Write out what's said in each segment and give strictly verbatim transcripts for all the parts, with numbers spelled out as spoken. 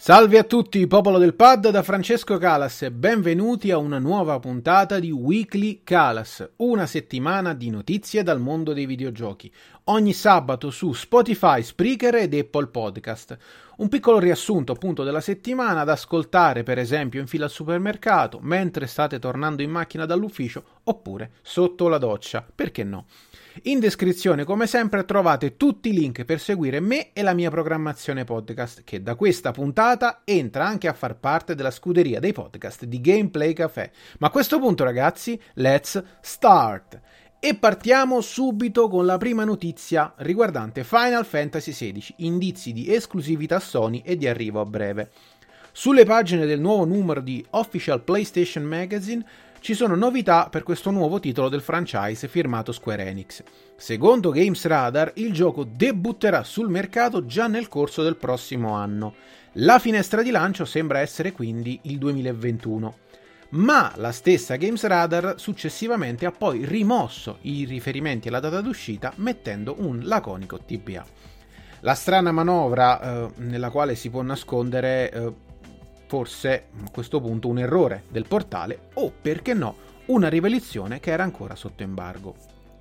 Salve a tutti, popolo del pad, da Francesco Calas e benvenuti a una nuova puntata di Weekly Calas, una settimana di notizie dal mondo dei videogiochi, ogni sabato su Spotify, Spreaker ed Apple Podcast. Un piccolo riassunto appunto della settimana da ascoltare per esempio in fila al supermercato, mentre state tornando in macchina dall'ufficio oppure sotto la doccia, perché no? In descrizione come sempre trovate tutti i link per seguire me e la mia programmazione podcast, che da questa puntata entra anche a far parte della scuderia dei podcast di Gameplay Café. Ma a questo punto ragazzi, let's start! E partiamo subito con la prima notizia riguardante Final Fantasy sedici, indizi di esclusività Sony e di arrivo a breve. Sulle pagine del nuovo numero di Official PlayStation Magazine ci sono novità per questo nuovo titolo del franchise firmato Square Enix. Secondo GamesRadar, il gioco debutterà sul mercato già nel corso del prossimo anno. La finestra di lancio sembra essere quindi il duemilaventuno. Ma la stessa GamesRadar successivamente ha poi rimosso i riferimenti alla data d'uscita mettendo un laconico T B A. La strana manovra eh, nella quale si può nascondere eh, forse a questo punto un errore del portale o, perché no, una rivelazione che era ancora sotto embargo.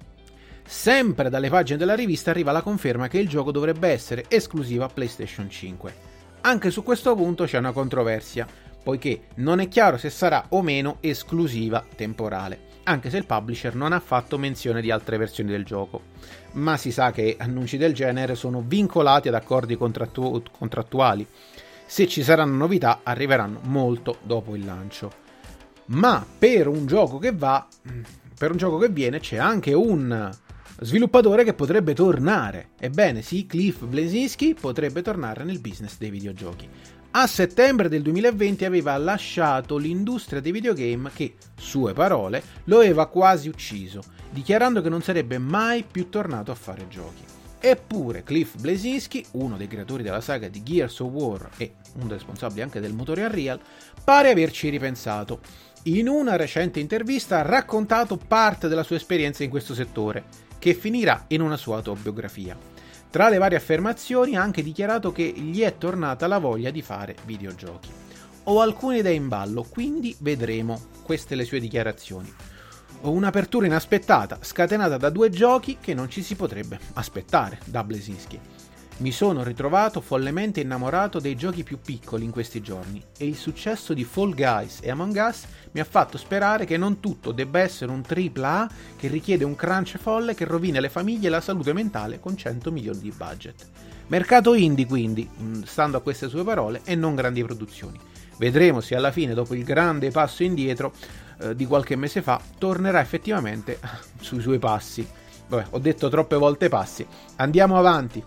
Sempre dalle pagine della rivista arriva la conferma che il gioco dovrebbe essere esclusiva a PlayStation cinque. Anche su questo punto c'è una controversia, poiché non è chiaro se sarà o meno esclusiva temporale, anche se il publisher non ha fatto menzione di altre versioni del gioco. Ma si sa che annunci del genere sono vincolati ad accordi contrattu- contrattuali. Se ci saranno novità arriveranno molto dopo il lancio. Ma per un gioco che va, per un gioco che viene c'è anche un sviluppatore che potrebbe tornare. Ebbene sì, Cliff Bleszinski potrebbe tornare nel business dei videogiochi. A settembre del duemilaventi aveva lasciato l'industria dei videogame che, sue parole, lo aveva quasi ucciso, dichiarando che non sarebbe mai più tornato a fare giochi. Eppure Cliff Bleszinski, uno dei creatori della saga di Gears of War e uno dei responsabili anche del motore Unreal, pare averci ripensato. In una recente intervista ha raccontato parte della sua esperienza in questo settore, che finirà in una sua autobiografia. Tra le varie affermazioni ha anche dichiarato che gli è tornata la voglia di fare videogiochi. Ho alcune idee in ballo, quindi vedremo. Queste le sue dichiarazioni. Ho un'apertura inaspettata, scatenata da due giochi che non ci si potrebbe aspettare da Bleszinski. Mi sono ritrovato follemente innamorato dei giochi più piccoli in questi giorni e il successo di Fall Guys e Among Us mi ha fatto sperare che non tutto debba essere un tripla A che richiede un crunch folle che rovina le famiglie e la salute mentale con cento milioni di budget. Mercato indie quindi, stando a queste sue parole, e non grandi produzioni. Vedremo se alla fine, dopo il grande passo indietro eh, di qualche mese fa, tornerà effettivamente sui suoi passi. Vabbè, ho detto troppe volte passi. Andiamo avanti.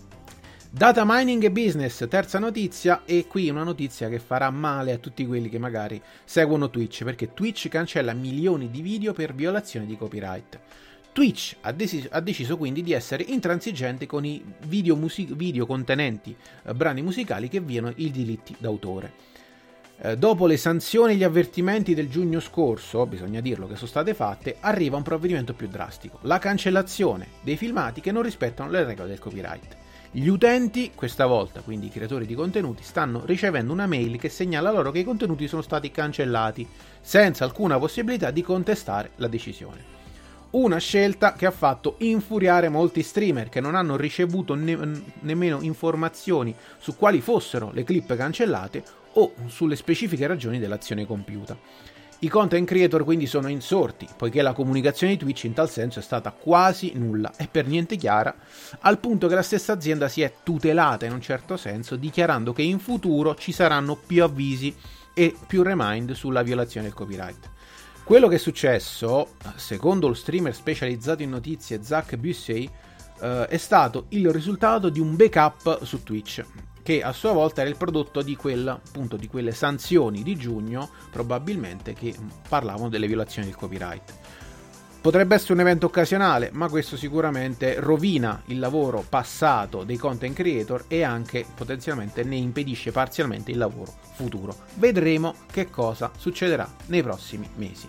Data mining e business, terza notizia, e qui una notizia che farà male a tutti quelli che magari seguono Twitch, perché Twitch cancella milioni di video per violazione di copyright. Twitch ha deciso, ha deciso quindi di essere intransigente con i video, music- video contenenti eh, brani musicali che violano i diritti d'autore. Eh, dopo le sanzioni e gli avvertimenti del giugno scorso, bisogna dirlo che sono state fatte, arriva un provvedimento più drastico, la cancellazione dei filmati che non rispettano le regole del copyright. Gli utenti, questa volta quindi i creatori di contenuti, stanno ricevendo una mail che segnala loro che i contenuti sono stati cancellati, senza alcuna possibilità di contestare la decisione. Una scelta che ha fatto infuriare molti streamer che non hanno ricevuto ne- nemmeno informazioni su quali fossero le clip cancellate o sulle specifiche ragioni dell'azione compiuta. I content creator quindi sono insorti, poiché la comunicazione di Twitch in tal senso è stata quasi nulla e per niente chiara, al punto che la stessa azienda si è tutelata in un certo senso, dichiarando che in futuro ci saranno più avvisi e più remind sulla violazione del copyright. Quello che è successo, secondo lo streamer specializzato in notizie Zach Bussey, eh, è stato il risultato di un backup su Twitch, che a sua volta era il prodotto di, quella, appunto, di quelle sanzioni di giugno, probabilmente, che parlavano delle violazioni del copyright. Potrebbe essere un evento occasionale, ma questo sicuramente rovina il lavoro passato dei content creator e anche potenzialmente ne impedisce parzialmente il lavoro futuro. Vedremo che cosa succederà nei prossimi mesi.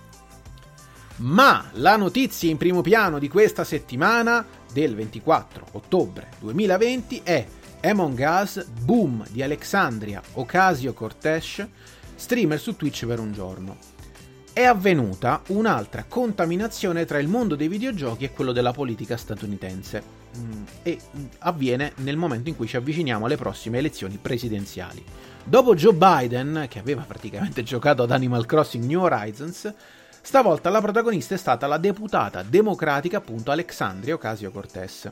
Ma la notizia in primo piano di questa settimana, del ventiquattro ottobre duemilaventi, è Among Us, boom di Alexandria Ocasio-Cortez, streamer su Twitch per un giorno. È avvenuta un'altra contaminazione tra il mondo dei videogiochi e quello della politica statunitense mm, e avviene nel momento in cui ci avviciniamo alle prossime elezioni presidenziali. Dopo Joe Biden, che aveva praticamente giocato ad Animal Crossing New Horizons, stavolta la protagonista è stata la deputata democratica appunto Alexandria Ocasio-Cortez.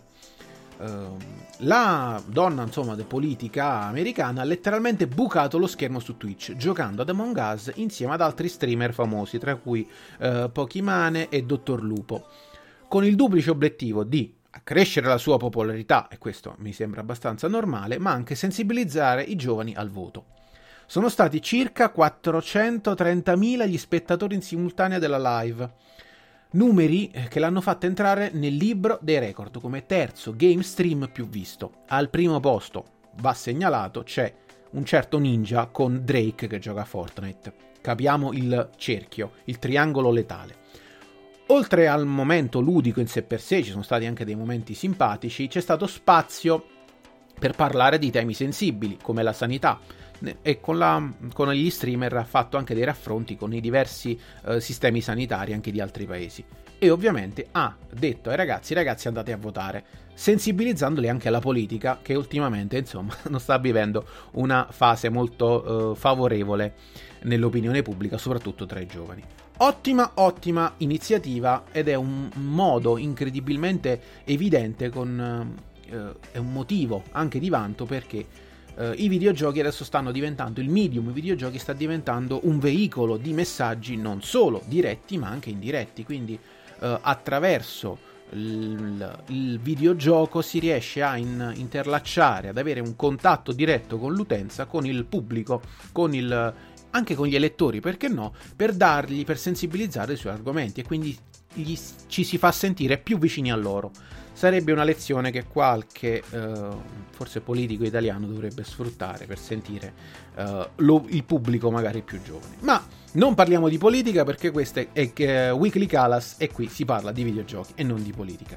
Uh, la donna insomma de politica americana ha letteralmente bucato lo schermo su Twitch giocando ad Among Us insieme ad altri streamer famosi tra cui uh, Pokimane e Dottor Lupo, con il duplice obiettivo di accrescere la sua popolarità, e questo mi sembra abbastanza normale, ma anche sensibilizzare i giovani al voto. Sono stati circa quattrocentotrentamila gli spettatori in simultanea della live, numeri che l'hanno fatta entrare nel libro dei record come terzo game stream più visto. Al primo posto, va segnalato, c'è un certo ninja con Drake che gioca a Fortnite. Capiamo il cerchio, il triangolo letale. Oltre al momento ludico in sé per sé, ci sono stati anche dei momenti simpatici, c'è stato spazio per parlare di temi sensibili come la sanità, e con, la, con gli streamer ha fatto anche dei raffronti con i diversi eh, sistemi sanitari anche di altri paesi, e ovviamente ha detto ai ragazzi ragazzi andate a votare, sensibilizzandoli anche alla politica che ultimamente insomma non sta vivendo una fase molto eh, favorevole nell'opinione pubblica, soprattutto tra i giovani. Ottima, ottima iniziativa, ed è un modo incredibilmente evidente, con eh, è un motivo anche di vanto, perché Uh, i videogiochi adesso stanno diventando, il medium i videogiochi sta diventando un veicolo di messaggi non solo diretti ma anche indiretti, quindi uh, attraverso il, il videogioco si riesce a in, interlacciare, ad avere un contatto diretto con l'utenza, con il pubblico, con il, anche con gli elettori, perché no, per dargli, per sensibilizzare sui argomenti, e quindi gli, ci si fa sentire più vicini a loro. Sarebbe una lezione che qualche eh, forse politico italiano dovrebbe sfruttare per sentire eh, lo, il pubblico magari più giovane. Ma non parliamo di politica, perché questo è, è, è Weekly Kalas e qui si parla di videogiochi e non di politica.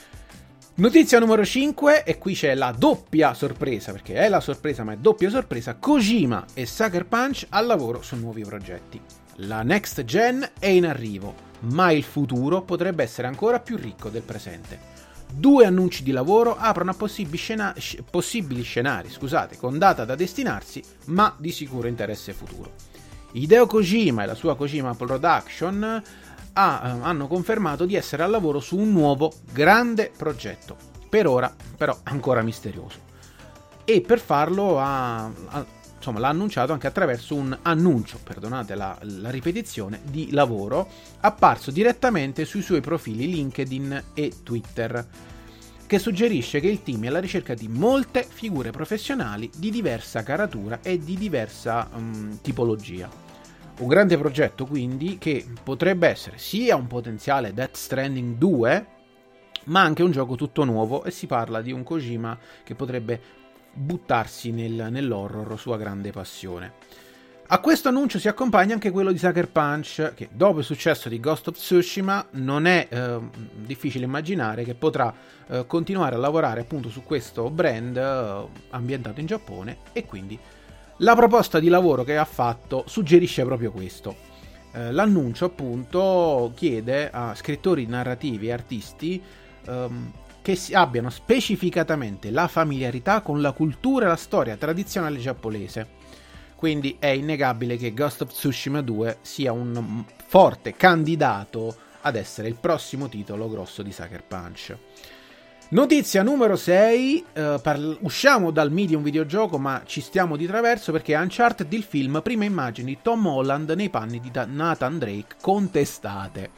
Notizia numero cinque, e qui c'è la doppia sorpresa, perché è la sorpresa ma è doppia sorpresa. Kojima e Sucker Punch al lavoro su nuovi progetti. La next gen è in arrivo, ma il futuro potrebbe essere ancora più ricco del presente. Due annunci di lavoro aprono a possibili, scena- possibili scenari, scusate, con data da destinarsi, ma di sicuro interesse futuro. Hideo Kojima e la sua Kojima Production ha, eh, hanno confermato di essere al lavoro su un nuovo grande progetto, per ora però ancora misterioso. E per farlo ha, ha, insomma, l'ha annunciato anche attraverso un annuncio, perdonate la, la ripetizione, di lavoro apparso direttamente sui suoi profili LinkedIn e Twitter, che suggerisce che il team è alla ricerca di molte figure professionali di diversa caratura e di diversa um, tipologia. Un grande progetto quindi che potrebbe essere sia un potenziale Death Stranding due, ma anche un gioco tutto nuovo, e si parla di un Kojima che potrebbe buttarsi nel, nell'horror, sua grande passione. A questo annuncio si accompagna anche quello di Sucker Punch, che dopo il successo di Ghost of Tsushima non è eh, difficile immaginare che potrà eh, continuare a lavorare appunto su questo brand eh, ambientato in Giappone, e quindi la proposta di lavoro che ha fatto suggerisce proprio questo. Eh, l'annuncio appunto chiede a scrittori narrativi e artisti ehm, che si abbiano specificatamente la familiarità con la cultura e la storia tradizionale giapponese. Quindi è innegabile che Ghost of Tsushima due sia un forte candidato ad essere il prossimo titolo grosso di Sucker Punch. Notizia numero sei, eh, parl- usciamo dal medium videogioco ma ci stiamo di traverso, perché Uncharted il film, prime immagini di Tom Holland nei panni di Nathan Drake contestate.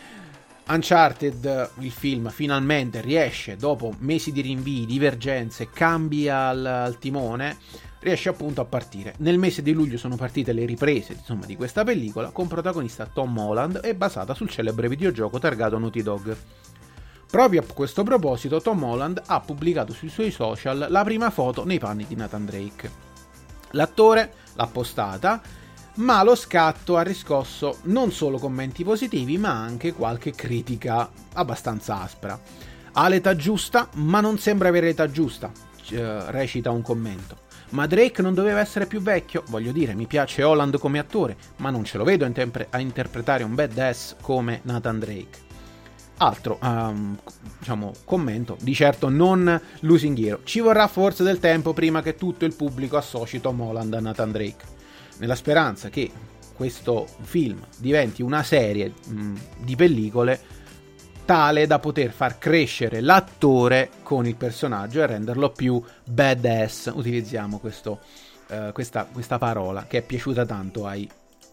Uncharted, il film, finalmente riesce, dopo mesi di rinvii, divergenze, cambi al, al timone, riesce appunto a partire. Nel mese di luglio sono partite le riprese, insomma, di questa pellicola, con protagonista Tom Holland e basata sul celebre videogioco targato Naughty Dog. Proprio a questo proposito, Tom Holland ha pubblicato sui suoi social la prima foto nei panni di Nathan Drake. L'attore l'ha postata, ma lo scatto ha riscosso non solo commenti positivi, ma anche qualche critica abbastanza aspra. Ha l'età giusta, ma non sembra avere l'età giusta. uh, recita un commento. Ma Drake non doveva essere più vecchio? Voglio dire, mi piace Holland come attore, ma non ce lo vedo a, intempre- a interpretare un badass come Nathan Drake. Altro, um, diciamo, commento, di certo non lusinghiero. Ci vorrà forse del tempo prima che tutto il pubblico associ Tom Holland a Nathan Drake, nella speranza che questo film diventi una serie mh, di pellicole tale da poter far crescere l'attore con il personaggio e renderlo più badass. Utilizziamo questo, uh, questa, questa parola che è piaciuta tanto ai,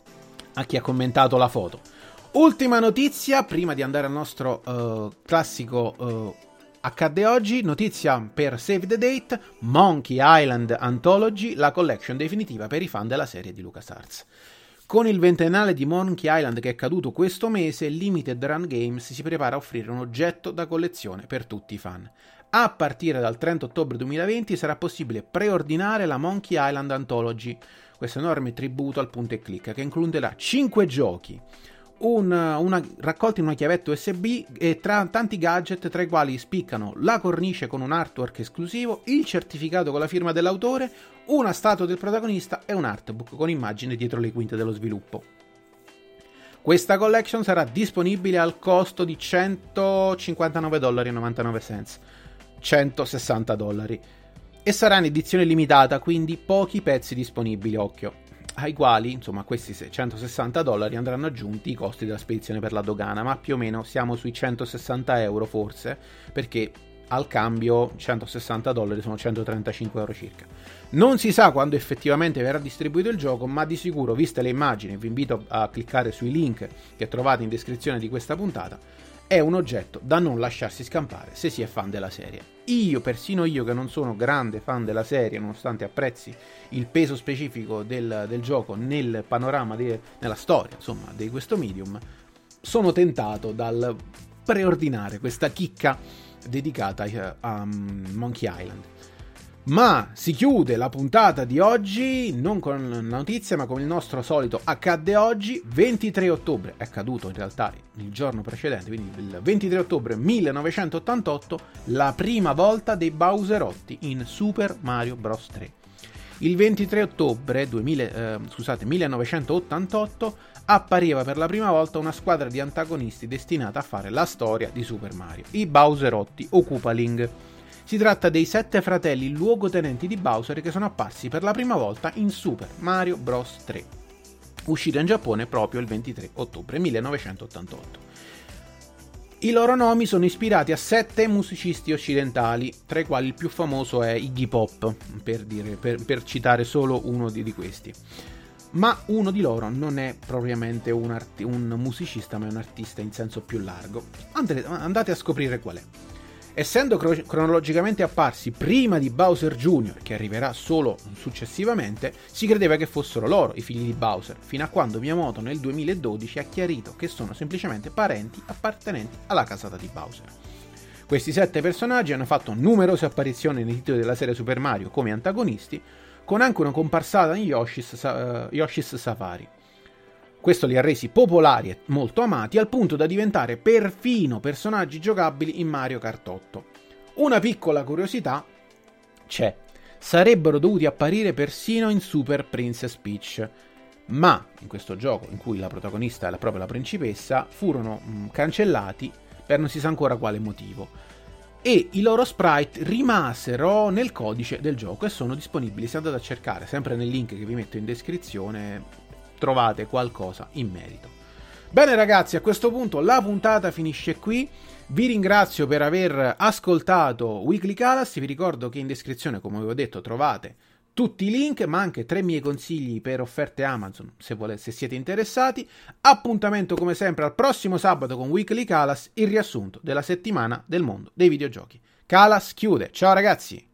a chi ha commentato la foto. Ultima notizia prima di andare al nostro uh, classico uh, accadde oggi. Notizia per Save the Date: Monkey Island Anthology, la collection definitiva per i fan della serie di LucasArts. Con il ventennale di Monkey Island che è caduto questo mese, Limited Run Games si prepara a offrire un oggetto da collezione per tutti i fan. A partire dal trenta ottobre duemilaventi sarà possibile preordinare la Monkey Island Anthology, questo enorme tributo al punta e clicca che includerà cinque giochi, Un, una, raccolti in una chiavetta U S B e tra tanti gadget, tra i quali spiccano la cornice con un artwork esclusivo, il certificato con la firma dell'autore, una statua del protagonista e un artbook con immagine dietro le quinte dello sviluppo. Questa collection sarà disponibile al costo di centocinquantanove dollari e novantanove centi, centosessanta dollari, e sarà in edizione limitata, quindi pochi pezzi disponibili, occhio, ai quali, insomma, a questi centosessanta dollari andranno aggiunti i costi della spedizione per la dogana, ma più o meno siamo sui centosessanta euro forse, perché al cambio centosessanta dollari sono centotrentacinque euro circa. Non si sa quando effettivamente verrà distribuito il gioco, ma di sicuro, viste le immagini, vi invito a cliccare sui link che trovate in descrizione di questa puntata, è un oggetto da non lasciarsi scampare se si è fan della serie. Io, persino io che non sono grande fan della serie, nonostante apprezzi il peso specifico del, del gioco nel panorama, de, nella storia, insomma, di questo medium, sono tentato dal preordinare questa chicca dedicata a, a Monkey Island. Ma si chiude la puntata di oggi non con una notizia, ma con il nostro solito accadde oggi. Ventitré ottobre, è accaduto in realtà il giorno precedente, quindi il ventitré ottobre millenovecentottantotto, la prima volta dei Bowserotti in Super Mario Bros. tre. Il ventitré ottobre duemila, eh, scusate, millenovecentottantotto appariva per la prima volta una squadra di antagonisti destinata a fare la storia di Super Mario, i Bowserotti o Koopaling. Si tratta dei sette fratelli luogotenenti di Bowser che sono apparsi per la prima volta in Super Mario Bros. tre, uscito in Giappone proprio il ventitré ottobre millenovecentottantotto. I loro nomi sono ispirati a sette musicisti occidentali, tra i quali il più famoso è Iggy Pop, per, dire, per, per citare solo uno di, di questi. Ma uno di loro non è propriamente un, arti- un musicista, ma è un artista in senso più largo. Andate, andate a scoprire qual è. Essendo cro- cronologicamente apparsi prima di Bowser Junior, che arriverà solo successivamente, si credeva che fossero loro i figli di Bowser, fino a quando Miyamoto nel duemiladodici ha chiarito che sono semplicemente parenti appartenenti alla casata di Bowser. Questi sette personaggi hanno fatto numerose apparizioni nei titoli della serie Super Mario come antagonisti, con anche una comparsata in Yoshi's, uh, Yoshi's Safari. Questo li ha resi popolari e molto amati, al punto da diventare perfino personaggi giocabili in Mario Kart otto. Una piccola curiosità c'è: sarebbero dovuti apparire persino in Super Princess Peach, ma in questo gioco, in cui la protagonista è la, proprio la principessa, furono mh, cancellati per non si sa ancora quale motivo, e i loro sprite rimasero nel codice del gioco e sono disponibili. Se andate a cercare, sempre nel link che vi metto in descrizione, trovate qualcosa in merito. Bene ragazzi, a questo punto la puntata finisce qui. Vi ringrazio per aver ascoltato Weekly Kalas. Vi ricordo che in descrizione, come avevo detto, trovate tutti i link, ma anche tre miei consigli per offerte Amazon, se, volete, se siete interessati. Appuntamento come sempre al prossimo sabato con Weekly Kalas, il riassunto della settimana del mondo dei videogiochi. Kalas chiude, ciao ragazzi!